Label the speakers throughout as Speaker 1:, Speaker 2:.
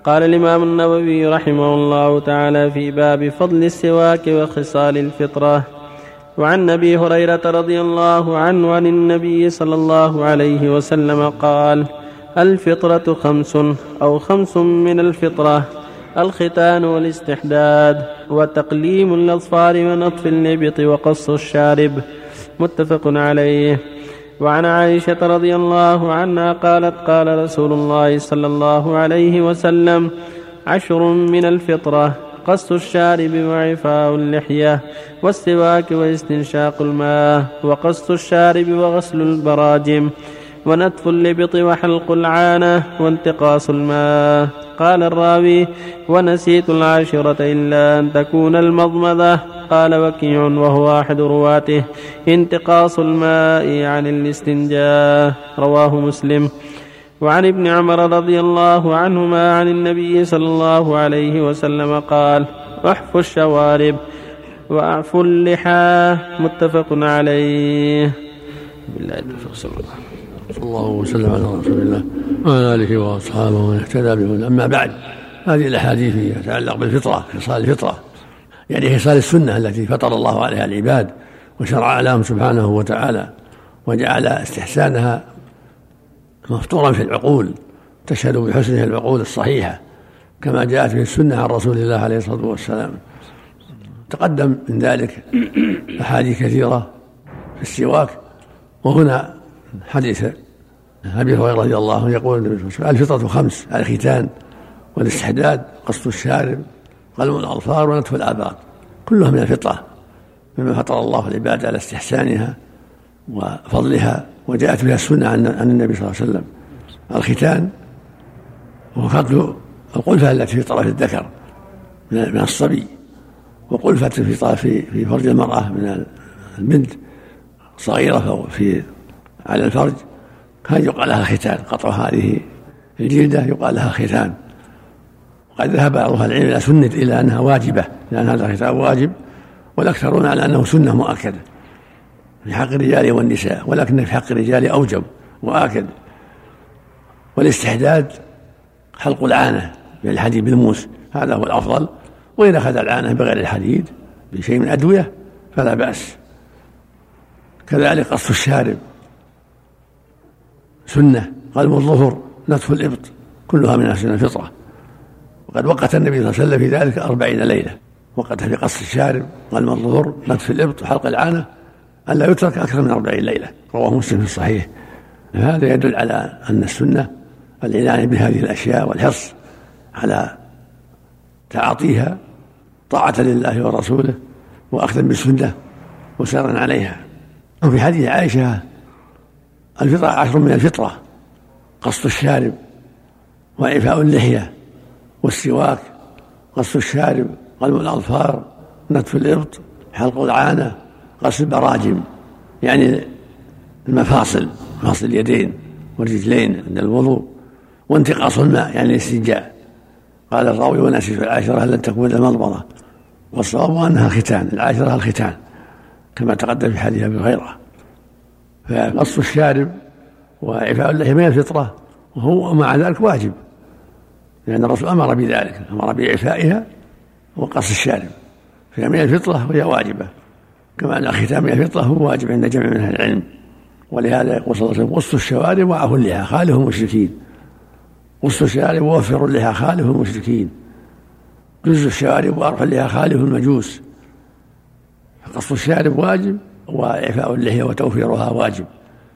Speaker 1: قال الإمام النووي رحمه الله تعالى في باب فضل السواك وخصال الفطرة. وعن أبي هريرة رضي الله عنه عن النبي صلى الله عليه وسلم قال: الفطرة 5 أو 5 من الفطرة: الختان والاستحداد وتقليم الأظفار ونطف اللبط وقص الشارب. متفق عليه. وعن عائشة رضي الله عنها قالت: قال رسول الله صلى الله عليه وسلم: 10 من الفطرة: قص الشارب وعفاء اللحية والسواك واستنشاق الماء وقص الشارب وغسل البراجم ونتف اللبط وحلق العانة وانتقاص الماء. قال الراوي: ونسيت 10 إلا أن تكون المضمضة. قال وكيع وهو أحد رواته: انتقاص الماء عن الاستنجاء. رواه مسلم. وعن ابن عمر رضي الله عنهما عن النبي صلى الله عليه وسلم قال: احفوا الشوارب واعفوا اللحى. متفق عليه. بالله التوفيق.
Speaker 2: صلى الله وسلم على رسول الله وعلى آله وأصحابه ومن اهتدى بهداه. أما بعد، هذه الأحاديث تتعلق بالفطرة، خصال الفطرة، يعني خصال السنة التي فطر الله عليها العباد وشرع لهم سبحانه وتعالى، وجعل استحسانها مفطورا في العقول، تشهد بحسنها العقول الصحيحة كما جاءت في السنة عن رسول الله عليه الصلاة والسلام. تقدم من ذلك أحاديث كثيرة في السواك، وهنا حديث أبي هريرة رضي الله عنه يقول: الفطرة 5: الختان والاستحداد، قص الشارب، قلم الأظفار، ونتف الآباط. كلها من الفطرة، مما فطر الله العباد على استحسانها وفضلها، وجاءت بها السنة عن النبي صلى الله عليه وسلم. الختان هو فضل القلفة التي في طرف الذكر من الصبي، وقلفة في فرج المرأة من البنت صغيرة على الفرج، هذه يقال لها ختان. قطع هذه الجلدة يقال لها ختان. وقد ذهب بعض أهل العلم إلى سنة إلى أنها واجبة، لأن هذا الختان واجب، والأكثرون على أنه سنة مؤكدة في حق الرجال والنساء، ولكن في حق الرجال أوجب وآكد. والاستحداد حلق العانة بالحديد بالموس، هذا هو الأفضل، وإذا أخذ العانة بغير الحديد بشيء من أدوية فلا بأس. كذلك قص الشارب سنة، قلم الظفر، نتف الإبط، كلها من سنن الفطرة. وقد وقت النبي صلى الله عليه وسلم في ذلك 40 ليلة، وقت في قص الشارب، قلم الظفر، نتف الإبط، وحلق العانة، ألا يترك أكثر من 40 ليلة. رواه مسلم في الصحيح. هذا يدل على أن السنة العناية بهذه الأشياء والحرص على تعاطيها طاعة لله ورسوله، وأخذا بالسنة وسيرا عليها. وفي حديث عائشة: الفطرة 10 من الفطرة: قص الشارب وإعفاء اللحية والسواك، قص الشارب، قلم الأظفار، نتف الإبط، حلق العانة، قص البراجم، يعني المفاصل، مفاصل اليدين والرجلين عند الوضوء، وانتقاص الماء يعني الاستنجاء. قال الراوي: ونسيت 10 لن تكون المضمضة. والصواب أنها ختان، 10 الختان كما تقدم في حديث أبي هريرة. فقص الشارب وإعفاء اللحية من الفطرة، وهو مع ذلك واجب، لأن الرسول أمر بذلك، أمر بإعفائها وقص الشارب، فهي من الفطرة وهي واجبة، كما أن الختان من الفطرة هو واجب عند جمع من أهل العلم. ولهذا يقول صلى الله عليه وسلم: قصوا الشوارب وعفوا اللحى خالفوا المشركين. قصوا الشوارب ووفروا اللحى خالفوا المشركين. جزوا الشوارب وأرفعوا اللحى خالفوا المجوس. فقص الشارب واجب، وإعفاء اللحية وتوفيرها واجب،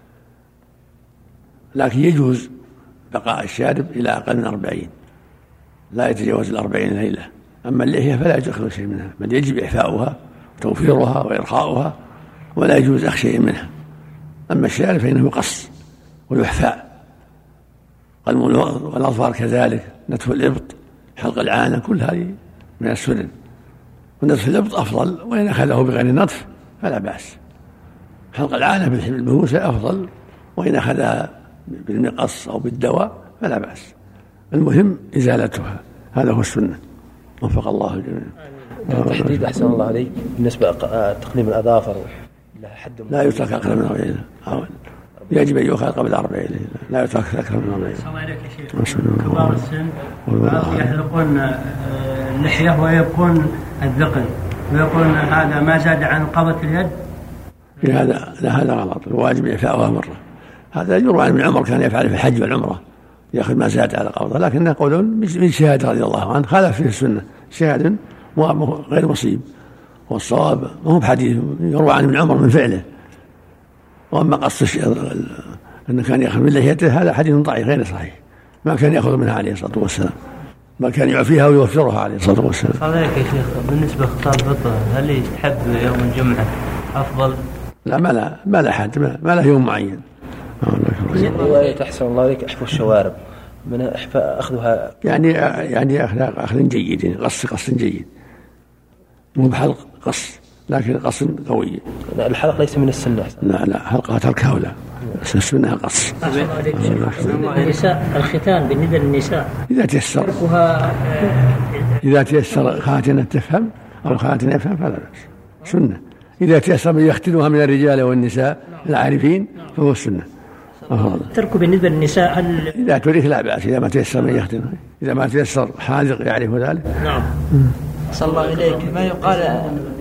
Speaker 2: لكن يجوز بقاء الشارب إلى أقل من 40، لا يتجاوز 40 ليلة. أما اللحية فلا يجوز أخذ شيء منها، بل يجب إعفاؤها وتوفيرها وإرخاؤها، ولا يجوز أخذ شيء منها. أما الشارب فإنه يقص ويحفاء. قلم والأظفار كذلك، نتف الإبط، حلق العانة، كل هذه من السنن. ونتف الإبط أفضل، وإن أخذه بغير النطف فلا بأس. حلق العانة بالموسى أفضل، وإن أخذها بالمقص أو بالدواء فلا بأس. المهم إزالتها، هذا هو السنة. وفق الله الجميع.
Speaker 3: تحديد أحسن الله عليك بالنسبة تقليم الأظافر،
Speaker 2: لا يترك أقل من 40 يجب أن يؤخذ قبل 40 لا يترك أكثر من 40.
Speaker 3: الله عليك يا شيخ. كبار السن يحلقون اللحية ويبقون الذقن ويقولون هذا ما زاد عن قبضة اليد.
Speaker 2: في هذا لا، هذا غلط. الواجب إعفاؤها مرة. هذا يروى عن ابن عمر كان يفعل في الحج والعمرة، يأخذ ما زاد على قبضه، لكن يقولون من شهاد رضي الله عنه خالف فيه السنة، شهاد غير مصيب. والصواب ما هو بحديث يروى عن ابن عمر من فعله. وأما قص أنه كان يأخذ من لحيته هذا حديث ضعيف غير صحيح، ما كان يأخذ منها عليه الصلاة والسلام، ما كان يعفيها ويوفرها عليه الصلاة والسلام.
Speaker 4: صديق يا شيخ، بالنسبة لخطاب الفطر هل يستحب يوم الجمعة أفضل؟
Speaker 2: لا، ما لا حد، ما لا يوم معين.
Speaker 4: رواية أحسن الله عليك أحفو الشوارب من أخذها
Speaker 2: يعني أخذ جيد، قص جيد، مو بحلق قص لكن قص قوي.
Speaker 4: الحلق ليس من السنة.
Speaker 2: لا حلقها تركها ولا السنة قص.
Speaker 3: النساء الختان بالنسبة للنساء
Speaker 2: إذا تيسر خاتنة تفهم أو خاتنة يفهم فلا بأس، سنة. إذا تيسر من يختنها من الرجال والنساء العارفين فهو السنة.
Speaker 3: ترك بالنسبة للنساء
Speaker 2: إذا ترك لا بأس، إذا ما تيسر من يختنها، إذا ما تيسر حاذق يعرف ذلك.
Speaker 3: نعم.
Speaker 4: صلى الله إليك ما يقال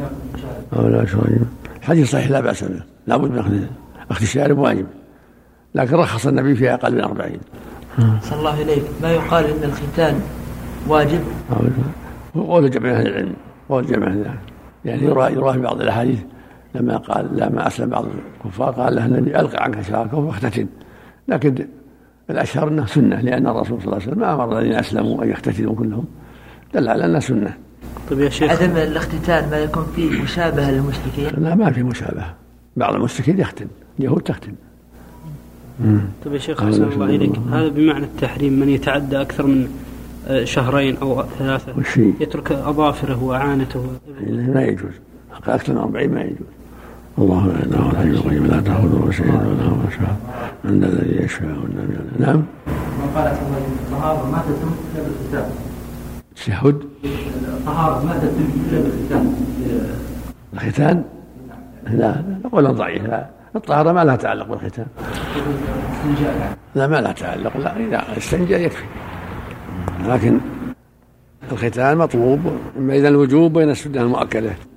Speaker 2: حديث صحيح لا بأس به، لا بد من أخذ الشارب واجب، لكن رخص النبي في أقل من 40.
Speaker 4: صلى الله إليك ما يقال إن الختان واجب؟
Speaker 2: قول جمع أهل العلم، قول جمع أهل العلم، يعني يروى في بعض الأحاديث لما أسلم بعض الكفار قال له النبي ألقى عنك شاركه واختتن، لكن الأشهر أنه سنة، لأن الرسول صلى الله عليه وسلم ما أمر الذين أسلموا أن يختتنوا كلهم، دل على أنها سنة.
Speaker 4: طيب يا شيخ، عدم الاختتان ما يكون فيه مشابهة للمشركين؟
Speaker 2: لا، ما في مشابهة، بعض المشركين يختن، اليهود تختن.
Speaker 1: طيب يا شيخ أحسن الله إليك، هذا بمعنى التحريم من يتعدى أكثر من شهرين أو 3 يترك أظافره وأعانته؟
Speaker 2: ما يجوز، أكثر من 40 ما يجوز. الله لا إله إلا هو الحي القيوم لا تأخذه سنة ولا نوم عند الذي يشفع. نعم.
Speaker 3: من قال الطهارة ما تتم إلا بالختان.
Speaker 2: التشهد
Speaker 3: الطهارة ما تتم إلا بالختان.
Speaker 2: الختان لا، قولا ضعيف. لا، الطهارة ما لها تعلق بالختان. لا، ما لها تعلق. لا، إذا استنجى يكفي، لكن الختان مطلوب إما إذا الوجوب بين السنة المؤكدة.